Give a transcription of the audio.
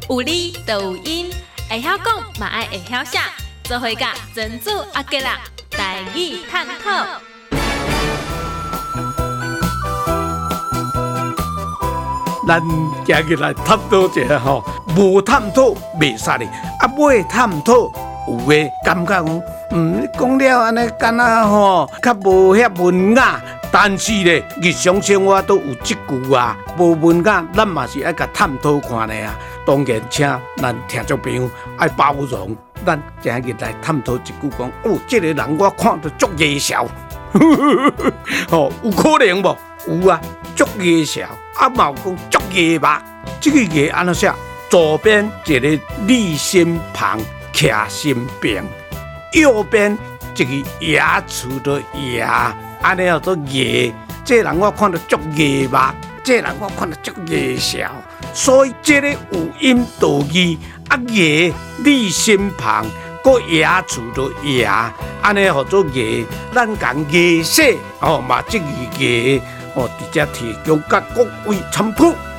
有理就有因，会晓讲嘛爱会晓写，做伙甲珍珠阿吉啦，台语探讨。 咱今日来探讨一下吼，无探讨袂使的，要探讨有诶感觉讲，讲了安尼敢若吼较无遐文雅，但是咧日常生活都有即句啊，无文雅，咱嘛是爱甲探讨看咧啊。当然，请咱听众朋友爱包容，咱今日来探讨一句讲，哦，这个人我看着足野笑，吼，有可能无？有啊，足野笑。嘛有讲足野目，这个野安怎写？左边一个立心旁，徛心病；右边一个牙齿的牙，安尼叫做野。这人我看到足野目，这人我看到足野笑，所以这个有音导义，野立心旁，个牙齿的牙，安尼叫做野。咱讲野色哦嘛，这个野。哦，直接提供甲各位参考。